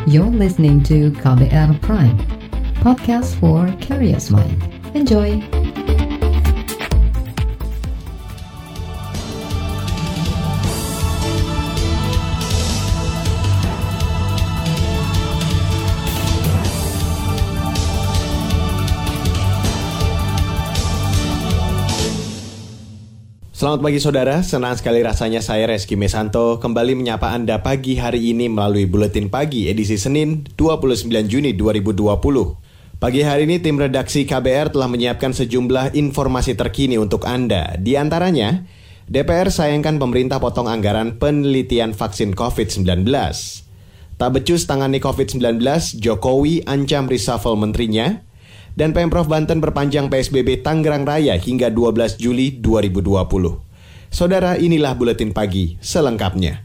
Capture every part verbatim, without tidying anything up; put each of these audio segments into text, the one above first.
You're listening to K B R Prime, podcast for curious mind. Enjoy! Selamat pagi saudara, senang sekali rasanya saya Reski Mesanto kembali menyapa Anda pagi hari ini melalui Buletin Pagi edisi Senin dua puluh sembilan Juni dua ribu dua puluh. Pagi hari ini tim redaksi K B R telah menyiapkan sejumlah informasi terkini untuk Anda. Di antaranya, D P R sayangkan pemerintah potong anggaran penelitian vaksin covid sembilan belas. Tak becus tangani covid sembilan belas, Jokowi ancam reshuffle menterinya. Dan Pemprov Banten perpanjang P S B B Tangerang Raya hingga dua belas Juli dua ribu dua puluh. Saudara, inilah Buletin Pagi selengkapnya.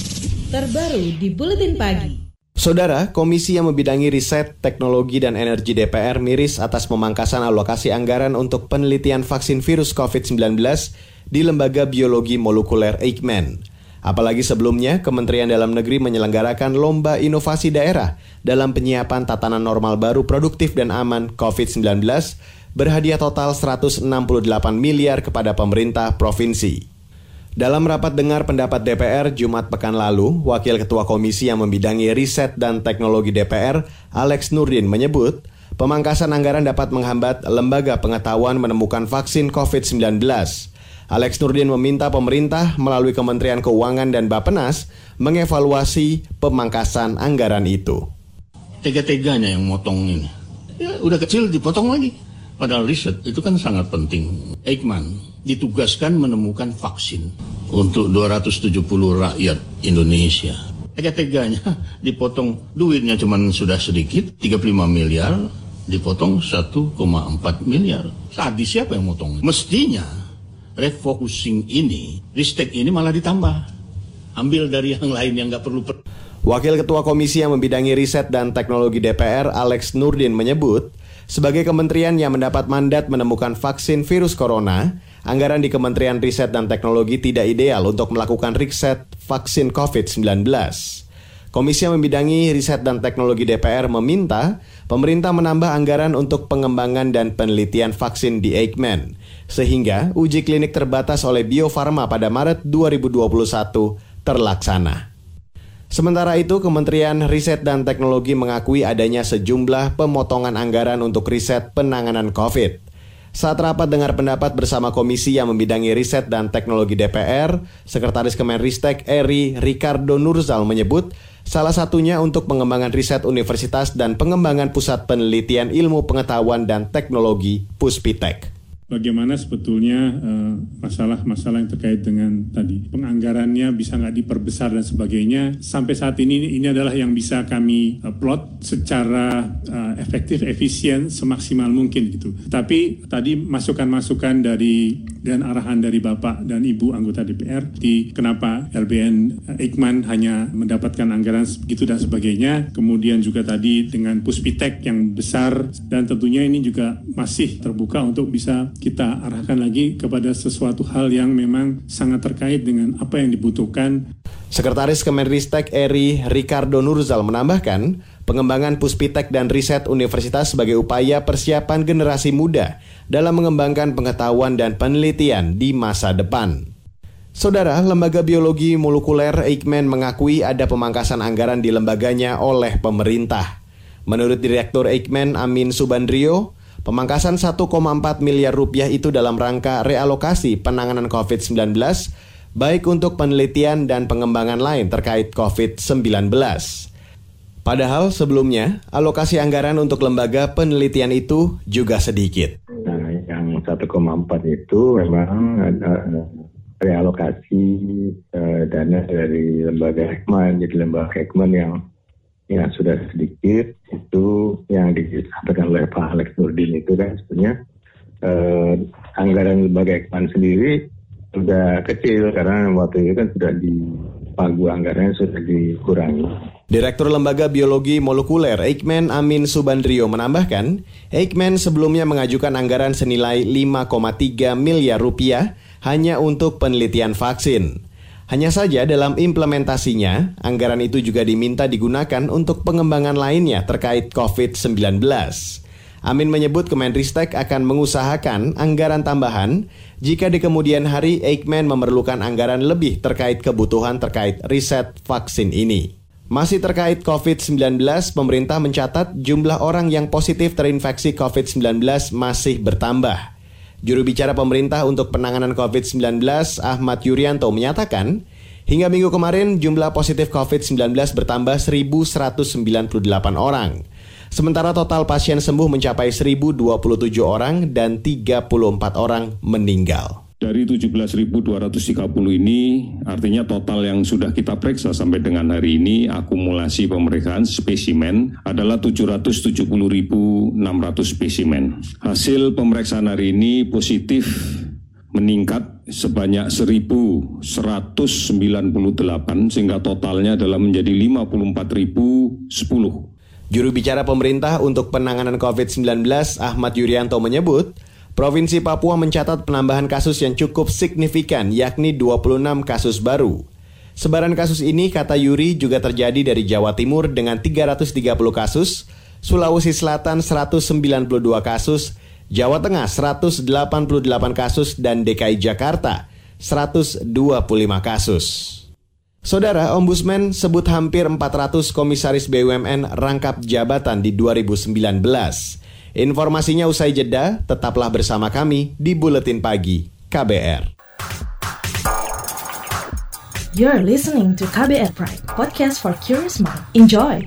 Terbaru di Buletin Pagi. Saudara, Komisi yang membidangi riset, teknologi, dan energi D P R miris atas pemangkasan alokasi anggaran untuk penelitian vaksin virus covid sembilan belas di Lembaga Biologi Molekuler Eijkman. Apalagi sebelumnya, Kementerian Dalam Negeri menyelenggarakan Lomba Inovasi Daerah dalam penyiapan tatanan normal baru produktif dan aman covid sembilan belas berhadiah total seratus enam puluh delapan miliar kepada pemerintah provinsi. Dalam rapat dengar pendapat D P R Jumat pekan lalu, Wakil Ketua Komisi yang membidangi riset dan teknologi D P R, Alex Nurdin, menyebut pemangkasan anggaran dapat menghambat lembaga pengetahuan menemukan vaksin covid sembilan belas. Alex Nurdin meminta pemerintah melalui Kementerian Keuangan dan Bappenas mengevaluasi pemangkasan anggaran itu. Tega-teganya yang motong ini. Ya, udah kecil dipotong lagi. Padahal riset itu kan sangat penting. Eijkman ditugaskan menemukan vaksin untuk dua ratus tujuh puluh rakyat Indonesia. Tega-teganya dipotong, duitnya cuma sudah sedikit, tiga puluh lima miliar, dipotong satu koma empat miliar. Sadis siapa yang motong? Mestinya refocusing ini, ristek ini malah ditambah. Ambil dari yang lain yang nggak perlu. Per- Wakil Ketua Komisi yang membidangi riset dan teknologi D P R, Alex Nurdin, menyebut, sebagai kementerian yang mendapat mandat menemukan vaksin virus corona, anggaran di Kementerian Riset dan Teknologi tidak ideal untuk melakukan riset vaksin covid sembilan belas. Komisi yang membidangi riset dan teknologi D P R meminta pemerintah menambah anggaran untuk pengembangan dan penelitian vaksin di Eijkman, sehingga uji klinik terbatas oleh Bio Farma pada Maret dua ribu dua puluh satu terlaksana. Sementara itu, Kementerian Riset dan Teknologi mengakui adanya sejumlah pemotongan anggaran untuk riset penanganan COVID. Saat rapat dengar pendapat bersama Komisi yang membidangi riset dan teknologi D P R, Sekretaris Kemenristek Eri Ricardo Nurzal menyebut, salah satunya untuk pengembangan riset universitas dan pengembangan pusat penelitian ilmu pengetahuan dan teknologi Puspitek. Bagaimana sebetulnya uh, masalah-masalah yang terkait dengan tadi penganggarannya bisa nggak diperbesar dan sebagainya. Sampai saat ini ini adalah yang bisa kami uh, plot secara uh, efektif, efisien, semaksimal mungkin gitu. Tapi tadi masukan-masukan dari dan arahan dari Bapak dan Ibu anggota D P R di kenapa L B N Eijkman hanya mendapatkan anggaran segitu dan sebagainya. Kemudian juga tadi dengan Puspitek yang besar dan tentunya ini juga masih terbuka untuk bisa kita arahkan lagi kepada sesuatu hal yang memang sangat terkait dengan apa yang dibutuhkan. Sekretaris Kemenristek Eri Ricardo Nurzal menambahkan, pengembangan Puspitek dan riset universitas sebagai upaya persiapan generasi muda dalam mengembangkan pengetahuan dan penelitian di masa depan. Saudara, Lembaga Biologi Molekuler Eijkman mengakui ada pemangkasan anggaran di lembaganya oleh pemerintah. Menurut Direktur Eijkman Amin Subandrio, pemangkasan satu koma empat miliar rupiah itu dalam rangka realokasi penanganan covid sembilan belas, baik untuk penelitian dan pengembangan lain terkait covid sembilan belas. Padahal sebelumnya, alokasi anggaran untuk lembaga penelitian itu juga sedikit. Nah, yang satu koma empat itu memang ada realokasi uh, dana dari lembaga Eijkman, jadi lembaga Eijkman yang yang sudah sedikit, itu yang disampaikan oleh Pak Alex Nurdin itu kan sebenarnya eh, anggaran lembaga Eijkman sendiri sudah kecil karena waktu itu kan sudah di pagu anggarannya sudah dikurangi. Direktur Lembaga Biologi Molekuler Eijkman Amin Subandrio menambahkan, Eijkman sebelumnya mengajukan anggaran senilai lima koma tiga miliar rupiah hanya untuk penelitian vaksin. Hanya saja dalam implementasinya, anggaran itu juga diminta digunakan untuk pengembangan lainnya terkait covid sembilan belas. Amin menyebut Kemenristek akan mengusahakan anggaran tambahan jika di kemudian hari Eijkman memerlukan anggaran lebih terkait kebutuhan terkait riset vaksin ini. Masih terkait covid sembilan belas, pemerintah mencatat jumlah orang yang positif terinfeksi covid sembilan belas masih bertambah. Juru bicara pemerintah untuk penanganan covid sembilan belas, Ahmad Yuryanto, menyatakan hingga minggu kemarin jumlah positif covid sembilan belas bertambah seribu seratus sembilan puluh delapan orang. Sementara total pasien sembuh mencapai seribu dua puluh tujuh orang dan tiga puluh empat orang meninggal. Dari tujuh belas ribu dua ratus tiga puluh ini, artinya total yang sudah kita periksa sampai dengan hari ini, akumulasi pemeriksaan spesimen adalah tujuh ratus tujuh puluh ribu enam ratus spesimen. Hasil pemeriksaan hari ini positif meningkat sebanyak seribu seratus sembilan puluh delapan, sehingga totalnya adalah menjadi lima puluh empat ribu sepuluh. Juru bicara pemerintah untuk penanganan covid sembilan belas, Ahmad Yuryanto, menyebut Provinsi Papua mencatat penambahan kasus yang cukup signifikan, yakni dua puluh enam kasus baru. Sebaran kasus ini, kata Yuri, juga terjadi dari Jawa Timur dengan tiga ratus tiga puluh kasus, Sulawesi Selatan seratus sembilan puluh dua kasus, Jawa Tengah seratus delapan puluh delapan kasus, dan D K I Jakarta seratus dua puluh lima kasus. Saudara, Ombudsman sebut hampir empat ratus komisaris B U M N rangkap jabatan di dua ribu sembilan belas. Informasinya usai jeda, tetaplah bersama kami di Buletin Pagi K B R. You're listening to K B R Prime, podcast for curious mind. Enjoy!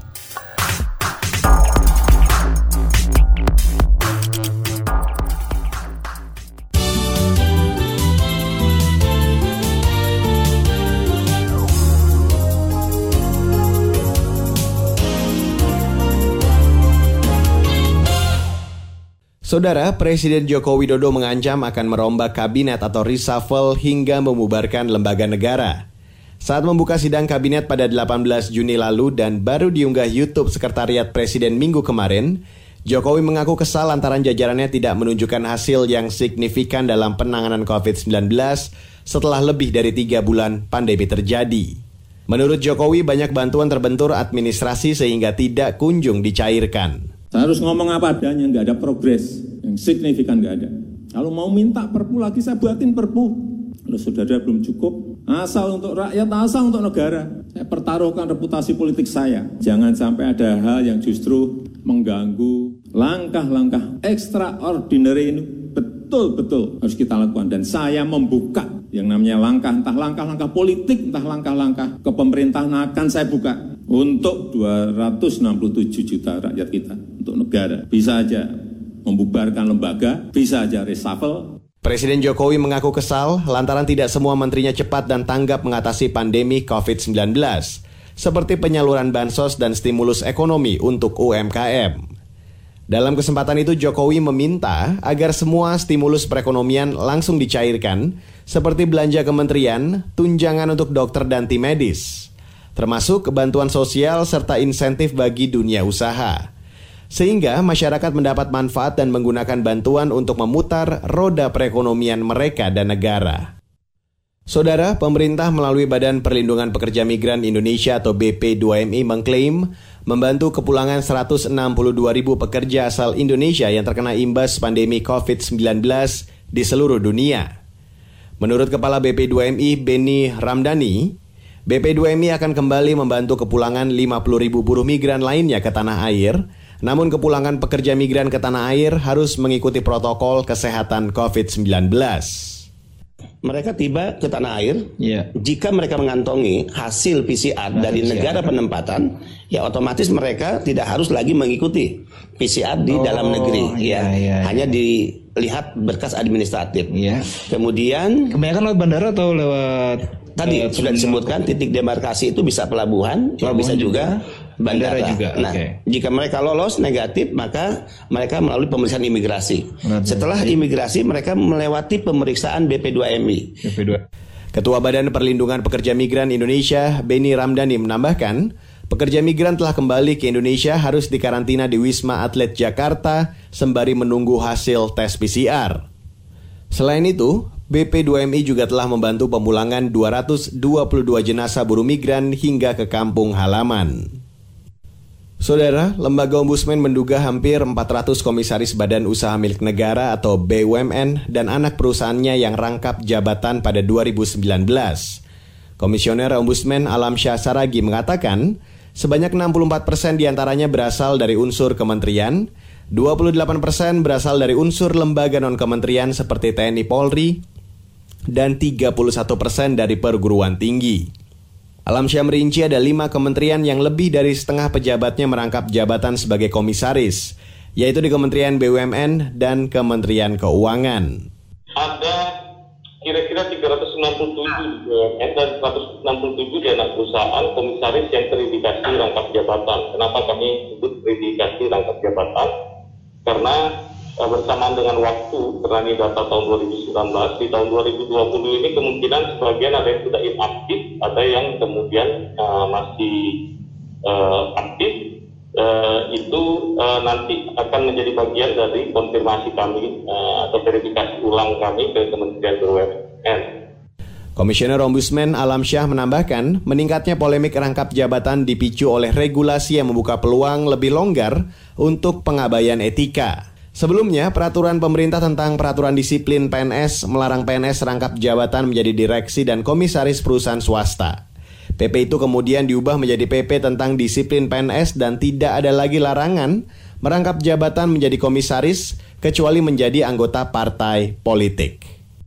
Saudara, Presiden Joko Widodo mengancam akan merombak kabinet atau reshuffle hingga membubarkan lembaga negara. Saat membuka sidang kabinet pada delapan belas Juni lalu dan baru diunggah YouTube Sekretariat Presiden minggu kemarin, Jokowi mengaku kesal lantaran jajarannya tidak menunjukkan hasil yang signifikan dalam penanganan covid sembilan belas setelah lebih dari tiga bulan pandemi terjadi. Menurut Jokowi, banyak bantuan terbentur administrasi sehingga tidak kunjung dicairkan. Saya harus ngomong apa adanya, nggak ada progres yang signifikan, nggak ada. Kalau mau minta perpu lagi, saya buatin perpu. Kalau saudara belum cukup, asal untuk rakyat, asal untuk negara. Saya pertaruhkan reputasi politik saya. Jangan sampai ada hal yang justru mengganggu langkah-langkah extraordinary ini. Betul-betul harus kita lakukan. Dan saya membuka yang namanya langkah, entah langkah-langkah politik, entah langkah-langkah kepemerintahan akan saya buka untuk dua ratus enam puluh tujuh juta rakyat kita, untuk negara. Bisa aja membubarkan lembaga, bisa aja reshuffle. Presiden Jokowi mengaku kesal lantaran tidak semua menterinya cepat dan tanggap mengatasi pandemi covid sembilan belas, seperti penyaluran bansos dan stimulus ekonomi untuk U M K M. Dalam kesempatan itu, Jokowi meminta agar semua stimulus perekonomian langsung dicairkan, seperti belanja kementerian, tunjangan untuk dokter dan tim medis, termasuk bantuan sosial serta insentif bagi dunia usaha. Sehingga masyarakat mendapat manfaat dan menggunakan bantuan untuk memutar roda perekonomian mereka dan negara. Saudara, pemerintah melalui Badan Perlindungan Pekerja Migran Indonesia atau B P dua M I mengklaim membantu kepulangan seratus enam puluh dua ribu pekerja asal Indonesia yang terkena imbas pandemi covid sembilan belas di seluruh dunia. Menurut Kepala B P dua M I Benny Ramdhani, B P dua M I akan kembali membantu kepulangan lima puluh ribu buruh migran lainnya ke tanah air, namun kepulangan pekerja migran ke tanah air harus mengikuti protokol kesehatan covid sembilan belas. Mereka tiba ke tanah air, yeah. Jika mereka mengantongi hasil P C R nah, dari P C R. Negara penempatan, ya otomatis mereka tidak harus lagi mengikuti P C R di oh, dalam negeri, ya, yeah, yeah, hanya yeah. dilihat berkas administratif. Yeah. Kemudian kebanyakan lewat bandara atau lewat tadi uh, sudah disebutkan titik demarkasi itu bisa pelabuhan, pelabuhan ya bisa juga. Bandara, bandara juga. Nah, okay. Jika mereka lolos negatif, maka mereka melalui pemeriksaan imigrasi. Benar, Setelah benar. imigrasi, mereka melewati pemeriksaan B P dua M I. B P dua. Ketua Badan Perlindungan Pekerja Migran Indonesia, Benny Ramdhani, menambahkan, pekerja migran telah kembali ke Indonesia harus dikarantina di Wisma Atlet Jakarta sembari menunggu hasil tes P C R. Selain itu, B P dua M I juga telah membantu pemulangan dua ratus dua puluh dua jenazah buruh migran hingga ke kampung halaman. Saudara, Lembaga Ombudsman menduga hampir empat ratus komisaris badan usaha milik negara atau B U M N dan anak perusahaannya yang rangkap jabatan pada dua ribu sembilan belas. Komisioner Ombudsman Alamsyah Saragi mengatakan, sebanyak enam puluh empat persen diantaranya berasal dari unsur kementerian, dua puluh delapan persen berasal dari unsur lembaga non-kementerian seperti T N I Polri, dan tiga puluh satu persen dari perguruan tinggi. Alamsyah merinci ada lima kementerian yang lebih dari setengah pejabatnya merangkap jabatan sebagai komisaris, yaitu di Kementerian B U M N dan Kementerian Keuangan. Ada kira-kira tiga ratus enam puluh tujuh di B U M N dan seratus enam puluh tujuh di anak perusahaan komisaris yang terindikasi rangkap jabatan. Kenapa kami sebut terindikasi rangkap jabatan? Karena uh, bersamaan dengan waktu, karena ini data tahun dua ribu sembilan belas, di tahun dua ribu dua puluh ini kemungkinan sebagian ada yang sudah inaktif, ada yang kemudian uh, masih uh, aktif, uh, itu uh, nanti akan menjadi bagian dari konfirmasi kami uh, atau verifikasi ulang kami ke Kementerian B U M N. Komisioner Ombudsman Alamsyah menambahkan, meningkatnya polemik rangkap jabatan dipicu oleh regulasi yang membuka peluang lebih longgar untuk pengabaian etika. Sebelumnya, peraturan pemerintah tentang peraturan disiplin P N S melarang P N S rangkap jabatan menjadi direksi dan komisaris perusahaan swasta. P P itu kemudian diubah menjadi P P tentang disiplin P N S dan tidak ada lagi larangan merangkap jabatan menjadi komisaris kecuali menjadi anggota partai politik.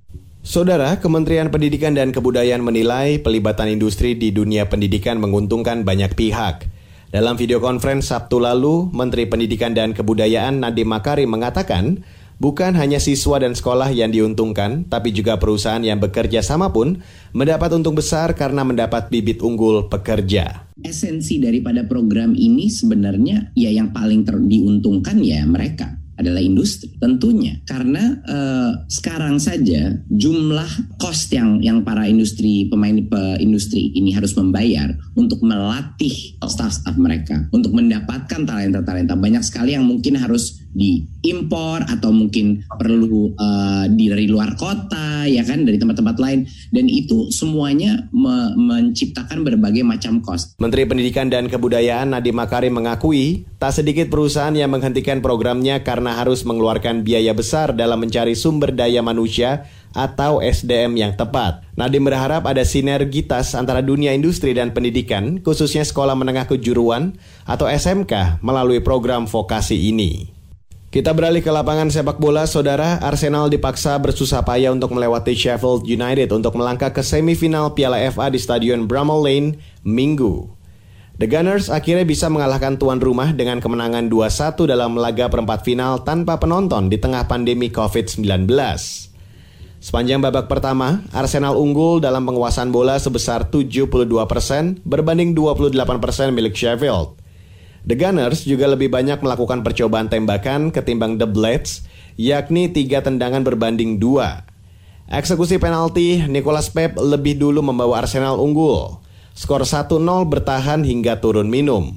Saudara, Kementerian Pendidikan dan Kebudayaan menilai pelibatan industri di dunia pendidikan menguntungkan banyak pihak. Dalam video conference Sabtu lalu, Menteri Pendidikan dan Kebudayaan Nadiem Makarim mengatakan, bukan hanya siswa dan sekolah yang diuntungkan, tapi juga perusahaan yang bekerja sama pun mendapat untung besar karena mendapat bibit unggul pekerja. Esensi daripada program ini sebenarnya ya yang paling ter- diuntungkan ya mereka adalah industri tentunya, karena eh, sekarang saja jumlah cost yang yang para industri pemain pe, industri ini harus membayar untuk melatih staf-staf mereka untuk mendapatkan talenta-talenta banyak sekali yang mungkin harus diimpor atau mungkin perlu uh, dari luar kota ya kan, dari tempat-tempat lain, dan itu semuanya me- menciptakan berbagai macam cost. Menteri Pendidikan dan Kebudayaan Nadiem Makarim mengakui tak sedikit perusahaan yang menghentikan programnya karena harus mengeluarkan biaya besar dalam mencari sumber daya manusia atau S D M yang tepat. Nadiem berharap ada sinergitas antara dunia industri dan pendidikan, khususnya sekolah menengah kejuruan atau S M K melalui program vokasi ini. Kita beralih ke lapangan sepak bola, saudara. Arsenal dipaksa bersusah payah untuk melewati Sheffield United untuk melangkah ke semifinal Piala F A di Stadion Bramall Lane Minggu. The Gunners akhirnya bisa mengalahkan tuan rumah dengan kemenangan dua satu dalam laga perempat final tanpa penonton di tengah pandemi covid sembilan belas. Sepanjang babak pertama, Arsenal unggul dalam penguasaan bola sebesar tujuh puluh dua persen berbanding dua puluh delapan persen milik Sheffield. The Gunners juga lebih banyak melakukan percobaan tembakan ketimbang The Blades, yakni tiga tendangan berbanding dua. Eksekusi penalti, Nicolas Pepe lebih dulu membawa Arsenal unggul. Skor satu nol bertahan hingga turun minum.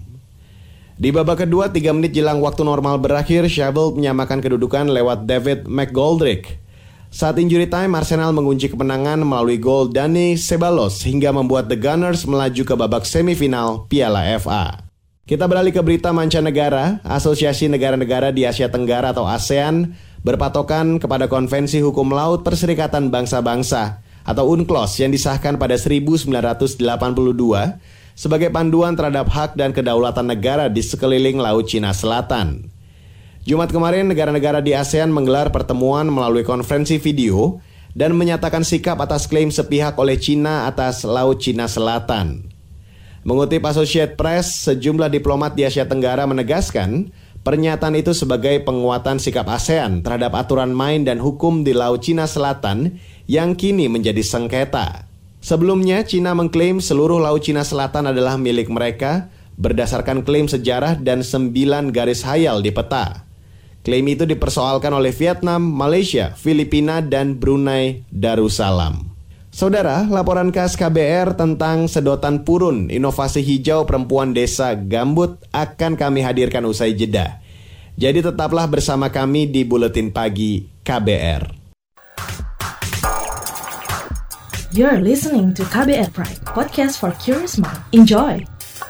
Di babak kedua, tiga menit jelang waktu normal berakhir, Sheffield menyamakan kedudukan lewat David McGoldrick. Saat injury time, Arsenal mengunci kemenangan melalui gol Dani Ceballos hingga membuat The Gunners melaju ke babak semifinal Piala F A. Kita beralih ke berita mancanegara. Asosiasi Negara-Negara di Asia Tenggara atau ASEAN berpatokan kepada Konvensi Hukum Laut Perserikatan Bangsa-Bangsa atau UNCLOS yang disahkan pada seribu sembilan ratus delapan puluh dua sebagai panduan terhadap hak dan kedaulatan negara di sekeliling Laut Cina Selatan. Jumat kemarin, negara-negara di ASEAN menggelar pertemuan melalui konferensi video dan menyatakan sikap atas klaim sepihak oleh Cina atas Laut Cina Selatan. Mengutip Associated Press, sejumlah diplomat di Asia Tenggara menegaskan pernyataan itu sebagai penguatan sikap ASEAN terhadap aturan main dan hukum di Laut Cina Selatan yang kini menjadi sengketa. Sebelumnya, Cina mengklaim seluruh Laut Cina Selatan adalah milik mereka berdasarkan klaim sejarah dan sembilan garis hayal di peta. Klaim itu dipersoalkan oleh Vietnam, Malaysia, Filipina, dan Brunei Darussalam. Saudara, laporan khas K B R tentang sedotan purun inovasi hijau perempuan desa Gambut akan kami hadirkan usai jeda. Jadi tetaplah bersama kami di Buletin Pagi K B R. You're listening to K B R Pride, podcast for curious mind. Enjoy!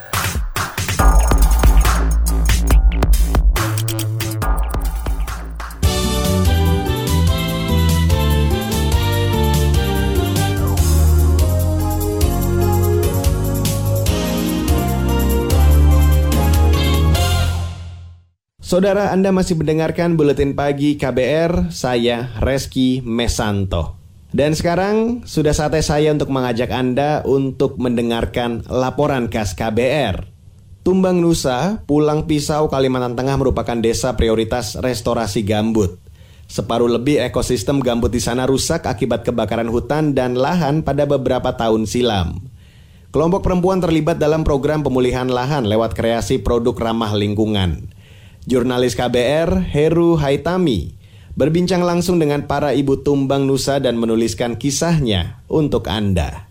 Saudara, Anda masih mendengarkan Buletin Pagi K B R, saya Reski Mesanto. Dan sekarang sudah saatnya saya untuk mengajak Anda untuk mendengarkan laporan khas K B R. Tumbang Nusa, Pulang Pisau, Kalimantan Tengah merupakan desa prioritas restorasi gambut. Separuh lebih ekosistem gambut di sana rusak akibat kebakaran hutan dan lahan pada beberapa tahun silam. Kelompok perempuan terlibat dalam program pemulihan lahan lewat kreasi produk ramah lingkungan. Jurnalis K B R, Heru Haitami, berbincang langsung dengan para ibu Tumbang Nusa dan menuliskan kisahnya untuk Anda.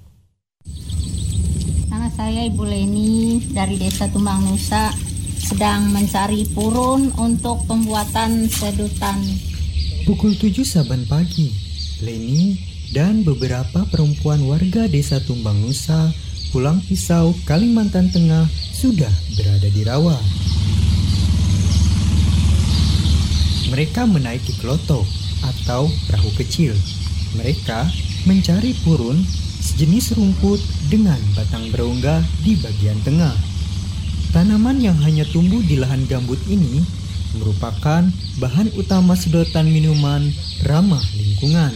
Nama saya Ibu Leni dari Desa Tumbang Nusa, sedang mencari purun untuk pembuatan sedutan. Pukul tujuh saban pagi, Leni dan beberapa perempuan warga Desa Tumbang Nusa, Pulang Pisau, Kalimantan Tengah sudah berada di rawa. Mereka menaiki kloto atau perahu kecil. Mereka mencari purun, sejenis rumput dengan batang berongga di bagian tengah. Tanaman yang hanya tumbuh di lahan gambut ini merupakan bahan utama sedotan minuman ramah lingkungan.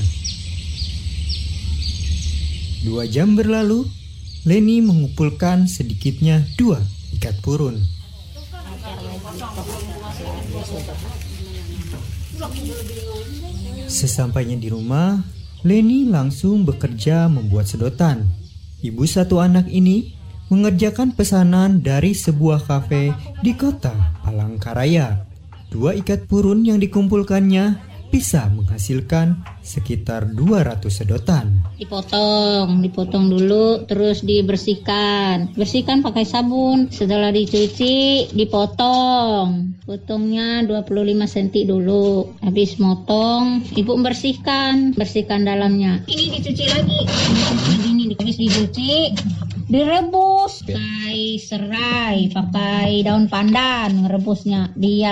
Dua jam berlalu, Leni mengumpulkan sedikitnya dua ikat purun. Sesampainya di rumah, Leni langsung bekerja membuat sedotan. Ibu satu anak ini mengerjakan pesanan dari sebuah kafe di kota Palangkaraya. Dua ikat purun yang dikumpulkannya bisa menghasilkan sekitar dua ratus sedotan. Dipotong, dipotong dulu, terus dibersihkan. Bersihkan pakai sabun. Setelah dicuci, dipotong. Potongnya dua puluh lima sentimeter dulu. Habis motong, ibu membersihkan. Bersihkan dalamnya. Ini dicuci lagi. Ini habis dicuci, direbus. Pakai serai, pakai daun pandan ngerebusnya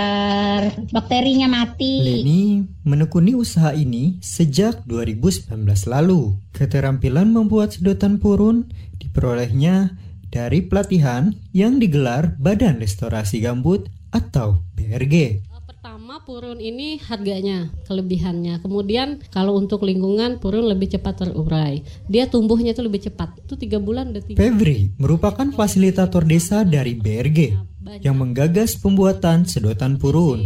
biar bakterinya mati. Leni menekuni usaha ini sejak dua ribu sembilan belas lalu. Keterampilan membuat sedotan purun diperolehnya dari pelatihan yang digelar Badan Restorasi Gambut atau B R G. Pertama, purun ini harganya, kelebihannya. Kemudian kalau untuk lingkungan, purun lebih cepat terurai. Dia tumbuhnya itu lebih cepat. Itu tiga bulan udah tiga. Febri merupakan fasilitator desa dari B R G yang menggagas pembuatan sedotan purun.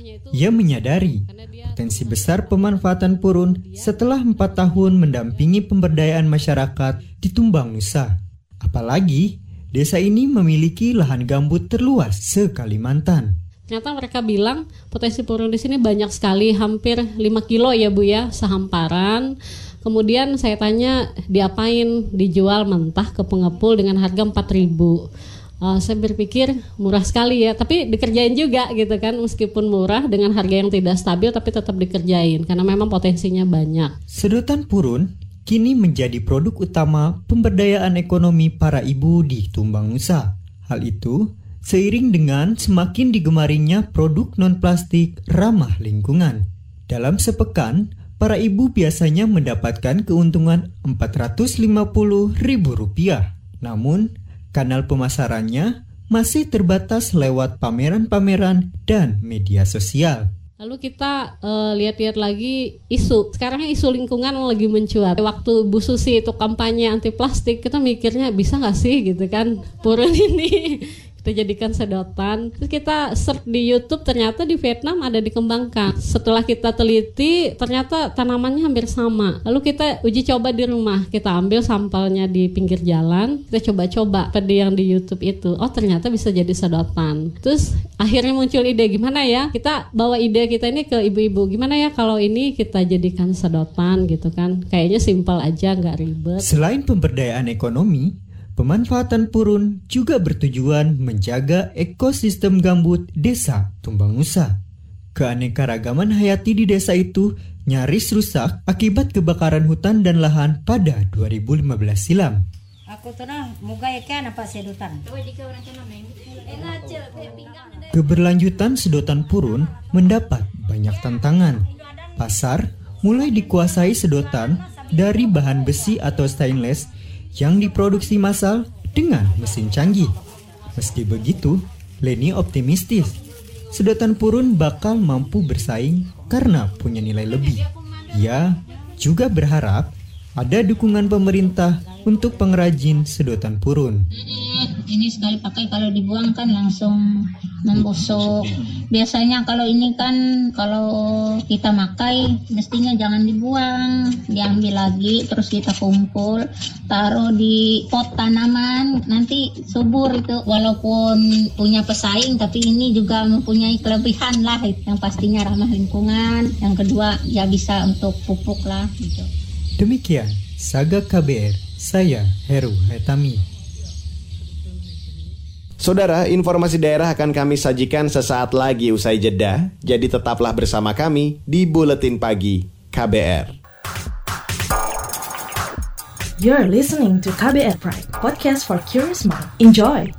Ia menyadari potensi besar pemanfaatan purun setelah empat tahun mendampingi pemberdayaan masyarakat di Tumbang Nusa. Apalagi desa ini memiliki lahan gambut terluas se-Kalimantan. Ternyata mereka bilang potensi purun di sini banyak sekali, hampir lima kilo ya Bu ya, sehamparan. Kemudian saya tanya diapain, dijual mentah ke pengepul dengan harga empat ribu. Uh, saya berpikir murah sekali ya, tapi dikerjain juga gitu kan, meskipun murah dengan harga yang tidak stabil tapi tetap dikerjain karena memang potensinya banyak. Sedotan purun kini menjadi produk utama pemberdayaan ekonomi para ibu di Tumbang Nusa. Hal itu seiring dengan semakin digemarinya produk non-plastik ramah lingkungan. Dalam sepekan, para ibu biasanya mendapatkan keuntungan empat ratus lima puluh ribu rupiah. Namun, kanal pemasarannya masih terbatas lewat pameran-pameran dan media sosial. Lalu kita uh, lihat-lihat lagi isu. Sekarang isu lingkungan lagi mencuat. Waktu Bu Susi itu kampanye anti plastik, kita mikirnya bisa nggak sih gitu kan purun ini kita jadikan sedotan. Terus kita search di YouTube, ternyata di Vietnam ada dikembangkan. Setelah kita teliti, ternyata tanamannya hampir sama. Lalu kita uji coba di rumah. Kita ambil sampelnya di pinggir jalan, kita coba-coba pada yang di YouTube itu. Oh, ternyata bisa jadi sedotan. Terus akhirnya muncul ide, gimana ya? Kita bawa ide kita ini ke ibu-ibu. Gimana ya kalau ini kita jadikan sedotan gitu kan? Kayaknya simpel aja, nggak ribet. Selain pemberdayaan ekonomi, pemanfaatan purun juga bertujuan menjaga ekosistem gambut desa Tumbang Nusa. Keanekaragaman hayati di desa itu nyaris rusak akibat kebakaran hutan dan lahan pada dua ribu lima belas silam. Aku tuh nah muga ya kan apa sedotan. Keberlanjutan sedotan purun mendapat banyak tantangan. Pasar mulai dikuasai sedotan dari bahan besi atau stainless yang diproduksi massal dengan mesin canggih. Meski begitu, Leni optimistis sedotan purun bakal mampu bersaing karena punya nilai lebih. Ia juga berharap ada dukungan pemerintah untuk pengrajin sedotan purun. Ini sekali pakai, kalau dibuang kan langsung membusuk. Biasanya kalau ini kan kalau kita pakai mestinya jangan dibuang, diambil lagi terus kita kumpul, taruh di pot tanaman, nanti subur itu. Walaupun punya pesaing tapi ini juga mempunyai kelebihan lah, yang pastinya ramah lingkungan, yang kedua ya bisa untuk pupuk lah gitu. Demikian Saga K B R, saya Heru Hetami. Saudara, informasi daerah akan kami sajikan sesaat lagi usai jeda, jadi tetaplah bersama kami di Buletin Pagi K B R. You're listening to K B R Prime, podcast for curious mind. Enjoy!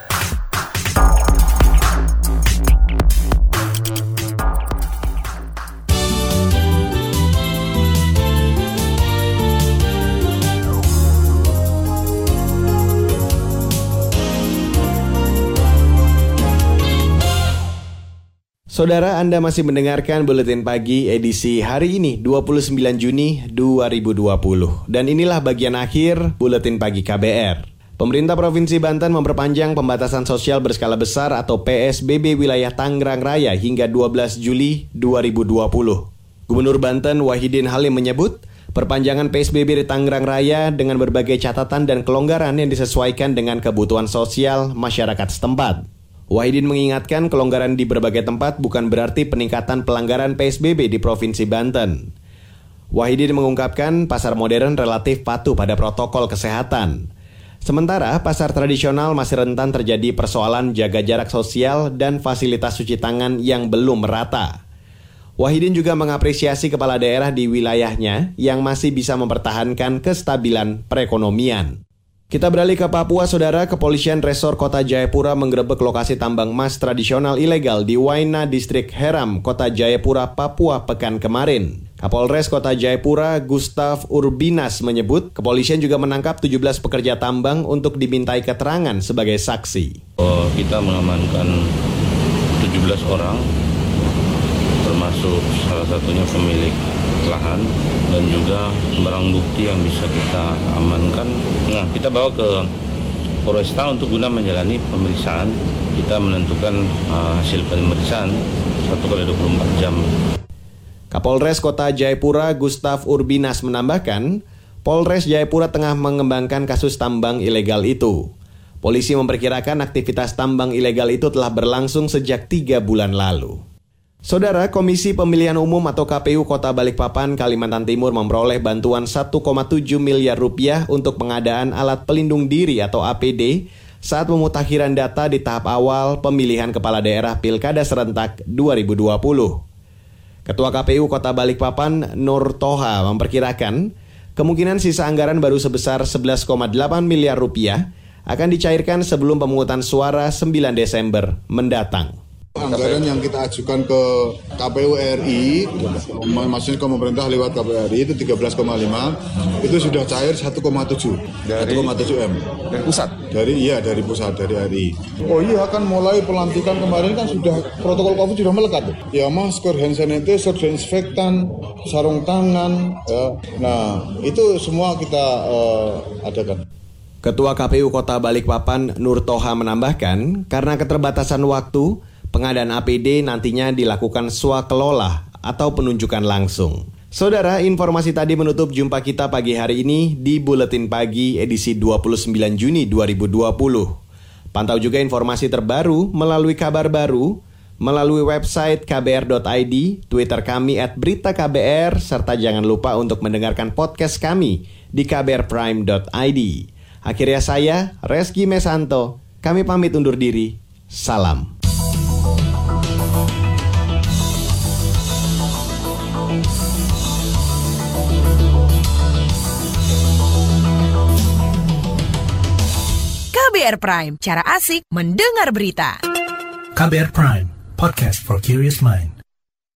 Saudara, Anda masih mendengarkan Buletin Pagi edisi hari ini, dua puluh sembilan Juni dua ribu dua puluh. Dan inilah bagian akhir Buletin Pagi K B R. Pemerintah Provinsi Banten memperpanjang pembatasan sosial berskala besar atau P S B B wilayah Tangerang Raya hingga dua belas Juli dua ribu dua puluh. Gubernur Banten Wahidin Halim menyebut, perpanjangan P S B B di Tangerang Raya dengan berbagai catatan dan kelonggaran yang disesuaikan dengan kebutuhan sosial masyarakat setempat. Wahidin mengingatkan kelonggaran di berbagai tempat bukan berarti peningkatan pelanggaran P S B B di Provinsi Banten. Wahidin mengungkapkan pasar modern relatif patuh pada protokol kesehatan. Sementara pasar tradisional masih rentan terjadi persoalan jaga jarak sosial dan fasilitas cuci tangan yang belum merata. Wahidin juga mengapresiasi kepala daerah di wilayahnya yang masih bisa mempertahankan kestabilan perekonomian. Kita beralih ke Papua, Saudara. Kepolisian Resor Kota Jayapura menggerebek lokasi tambang emas tradisional ilegal di Waina, Distrik Heram, Kota Jayapura, Papua pekan kemarin. Kapolres Kota Jayapura, Gustav Urbinas menyebut, kepolisian juga menangkap tujuh belas pekerja tambang untuk dimintai keterangan sebagai saksi. Oh, kita mengamankan tujuh belas orang, termasuk salah satunya pemilik lahan dan juga barang bukti yang bisa kita amankan. Nah, kita bawa ke Polresta untuk guna menjalani pemeriksaan. Kita menentukan uh, hasil pemeriksaan satu kali dua puluh empat jam. Kapolres Kota Jayapura Gustav Urbinas menambahkan, Polres Jayapura tengah mengembangkan kasus tambang ilegal itu. Polisi memperkirakan aktivitas tambang ilegal itu telah berlangsung sejak tiga bulan lalu. Saudara, Komisi Pemilihan Umum atau K P U Kota Balikpapan, Kalimantan Timur memperoleh bantuan satu koma tujuh miliar rupiah untuk pengadaan alat pelindung diri atau A P D saat pemutakhiran data di tahap awal pemilihan kepala daerah Pilkada Serentak dua ribu dua puluh. Ketua K P U Kota Balikpapan, Nur Toha, memperkirakan kemungkinan sisa anggaran baru sebesar sebelas koma delapan miliar rupiah akan dicairkan sebelum pemungutan suara sembilan Desember mendatang. Anggaran yang kita ajukan ke K P U R I, maksudnya ke pemerintah lewat K P U R I itu tiga belas koma lima, itu sudah cair satu koma tujuh, dari satu koma tujuh M. Dari pusat? Dari iya dari pusat, dari R I. Oh iya, kan mulai pelantikan kemarin kan sudah protokol Covid sudah melekat. Ya, masker, hand sanitizer, desinfektan, sarung tangan. Ya. Nah itu semua kita uh, adakan. Ketua K P U Kota Balikpapan Nur Toha menambahkan, karena keterbatasan waktu, pengadaan A P D nantinya dilakukan swakelola atau penunjukan langsung. Saudara, informasi tadi menutup jumpa kita pagi hari ini di Buletin Pagi edisi dua puluh sembilan Juni dua ribu dua puluh. Pantau juga informasi terbaru melalui kabar baru, melalui website k b r dot i d, Twitter kami at berita K B R, serta jangan lupa untuk mendengarkan podcast kami di k b r prime dot i d. Akhirnya saya, Reski Mesanto, kami pamit undur diri. Salam. K B R Prime, cara asik mendengar berita. K B R Prime, podcast for curious mind.